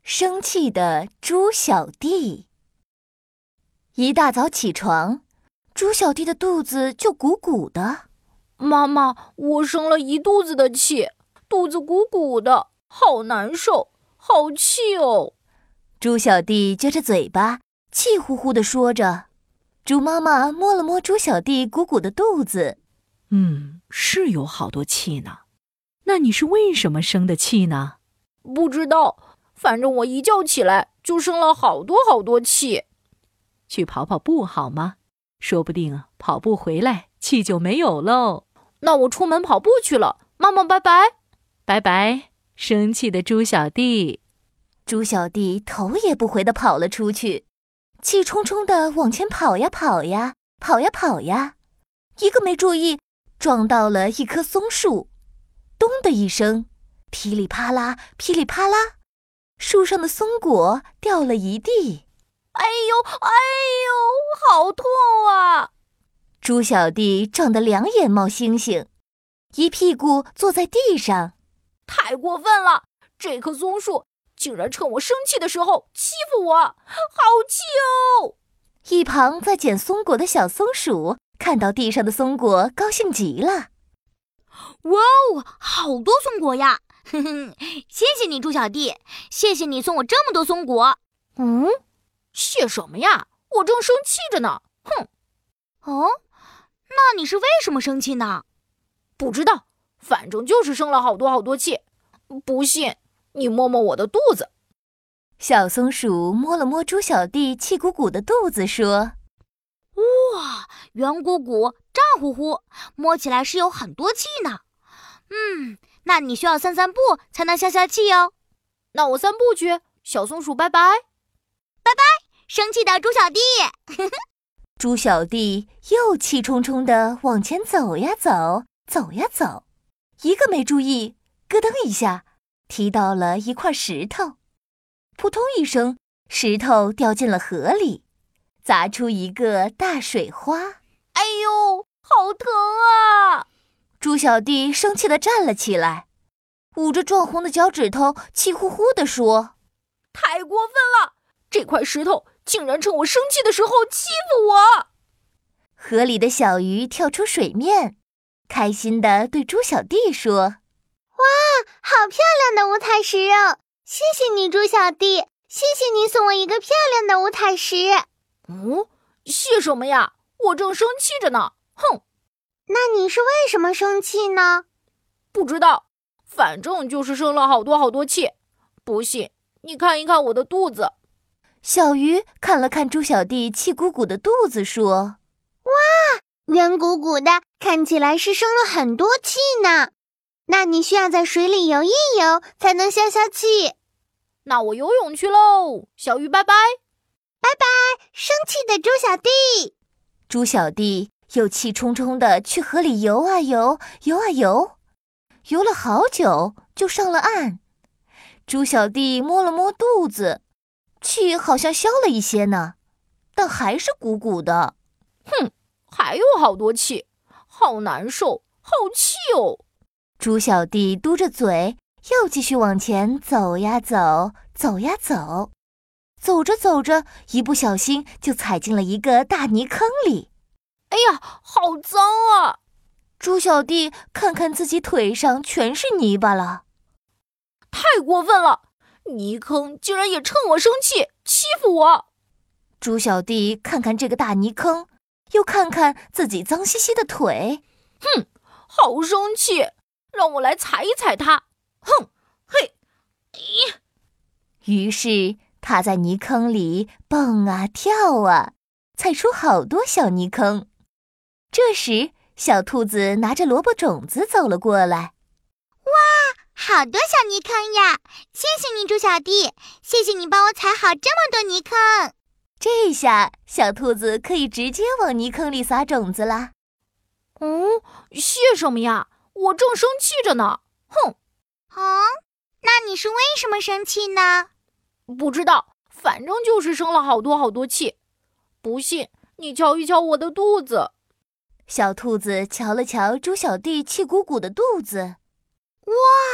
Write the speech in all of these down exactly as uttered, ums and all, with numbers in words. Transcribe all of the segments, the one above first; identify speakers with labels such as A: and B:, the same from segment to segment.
A: 生气的猪小弟。一大早起床，猪小弟的肚子就鼓鼓的。
B: 妈妈，我生了一肚子的气，肚子鼓鼓的，好难受，好气哦。
A: 猪小弟撅着嘴巴，气呼呼地说着。猪妈妈摸了摸猪小弟鼓鼓的肚子，
C: 嗯，是有好多气呢。那你是为什么生的气呢？
B: 不知道，反正我一觉起来就生了好多好多气。
C: 去跑跑步好吗？说不定跑步回来气就没有喽。
B: 那我出门跑步去了，妈妈拜拜。
C: 拜拜，生气的猪小弟。
A: 猪小弟头也不回地跑了出去，气冲冲地往前跑呀跑呀，跑呀跑呀，一个没注意，撞到了一棵松树，咚的一声，噼里啪啦，噼里啪啦，树上的松果掉了一地。
B: 哎呦，哎呦，好痛啊！
A: 猪小弟撞得两眼冒星星，一屁股坐在地上。
B: 太过分了！这棵松树竟然趁我生气的时候欺负我，好气哦！
A: 一旁在捡松果的小松鼠看到地上的松果，高兴极了。
D: 哇哦，好多松果呀！哼哼，谢谢你，猪小弟，谢谢你送我这么多松果。
B: 嗯，谢什么呀？我正生气着呢。哼！
D: 哦，那你是为什么生气呢？
B: 不知道，反正就是生了好多好多气。不信，你摸摸我的肚子。
A: 小松鼠摸了摸猪小弟气鼓鼓的肚子，说：
D: 哇，圆鼓鼓，胀乎乎，摸起来是有很多气呢。嗯，那你需要散散步才能消消气哦。
B: 那我散步去，小松鼠拜拜。
D: 拜拜，生气的猪小弟。
A: 猪小弟又气冲冲地往前走呀走，走呀走，一个没注意，咯噔一下，踢到了一块石头，扑通一声，石头掉进了河里，砸出一个大水花。
B: 哎呦，好疼啊！
A: 猪小弟生气地站了起来，捂着撞红的脚趾头，气呼呼地说：
B: 太过分了！这块石头竟然趁我生气的时候欺负我！
A: 河里的小鱼跳出水面，开心地对猪小弟说：
E: 哇，好漂亮的五彩石哦！谢谢你，猪小弟，谢谢你送我一个漂亮的五彩石。
B: 嗯，谢什么呀？我正生气着呢。哼！
E: 那你是为什么生气呢？
B: 不知道，反正就是生了好多好多气。不信，你看一看我的肚子。
A: 小鱼看了看猪小弟气鼓鼓的肚子，说：
E: 哇，圆鼓鼓的，看起来是生了很多气呢。那你需要在水里游一游，才能消消气。
B: 那我游泳去喽，小鱼拜拜。
E: 拜拜，生气的猪小弟。
A: 猪小弟又气冲冲地去河里游啊游，游啊游，游了好久就上了岸。猪小弟摸了摸肚子，气好像消了一些呢，但还是鼓鼓的。
B: 哼，还有好多气，好难受，好气哦！
A: 猪小弟嘟着嘴，又继续往前走呀走，走呀走，走着走着，一不小心就踩进了一个大泥坑里。
B: 哎呀，好脏啊！
A: 猪小弟看看自己腿上全是泥巴了。
B: 太过分了！泥坑竟然也趁我生气欺负我！
A: 猪小弟看看这个大泥坑，又看看自己脏兮兮的腿，
B: 哼，好生气！让我来踩一踩它！哼，嘿，咦！
A: 于是他在泥坑里蹦啊跳啊，踩出好多小泥坑。这时，小兔子拿着萝卜种子走了过来。
E: 哇，好多小泥坑呀！谢谢你，猪小弟，谢谢你帮我踩好这么多泥坑。
A: 这下，小兔子可以直接往泥坑里撒种子啦。
B: 嗯，谢什么呀？我正生气着呢。哼！
E: 哦，那你是为什么生气呢？
B: 不知道，反正就是生了好多好多气。不信，你瞧一瞧我的肚子。
A: 小兔子瞧了瞧猪小弟气鼓鼓的肚子。
E: 哇，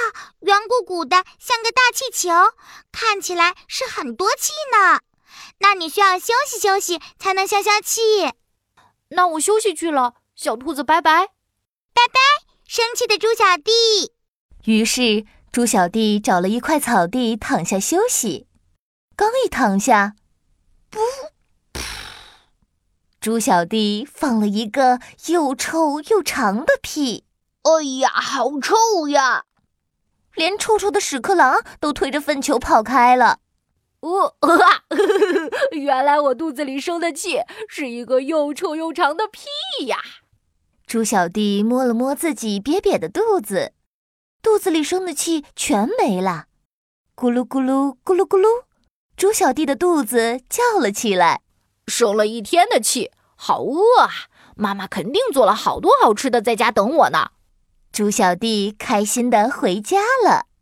D: 圆鼓鼓的，像个大气球，看起来是很多气呢。那你需要休息休息才能消消气。
B: 那我休息去了，小兔子拜拜。
D: 拜拜，生气的猪小弟。
A: 于是猪小弟找了一块草地躺下休息。刚一躺下，噗噗，猪小弟放了一个又臭又长的屁。
E: 哎呀，好臭呀！
A: 连臭臭的屎壳郎都推着粪球跑开了。
B: 哦，呃啊、原来我肚子里生的气是一个又臭又长的屁呀！
A: 猪小弟摸了摸自己瘪瘪的肚子，肚子里生的气全没了。咕噜咕噜咕噜咕噜，猪小弟的肚子叫了起来。
B: 生了一天的气，好饿啊！妈妈肯定做了好多好吃的在家等我呢。
A: 猪小弟开心地回家了。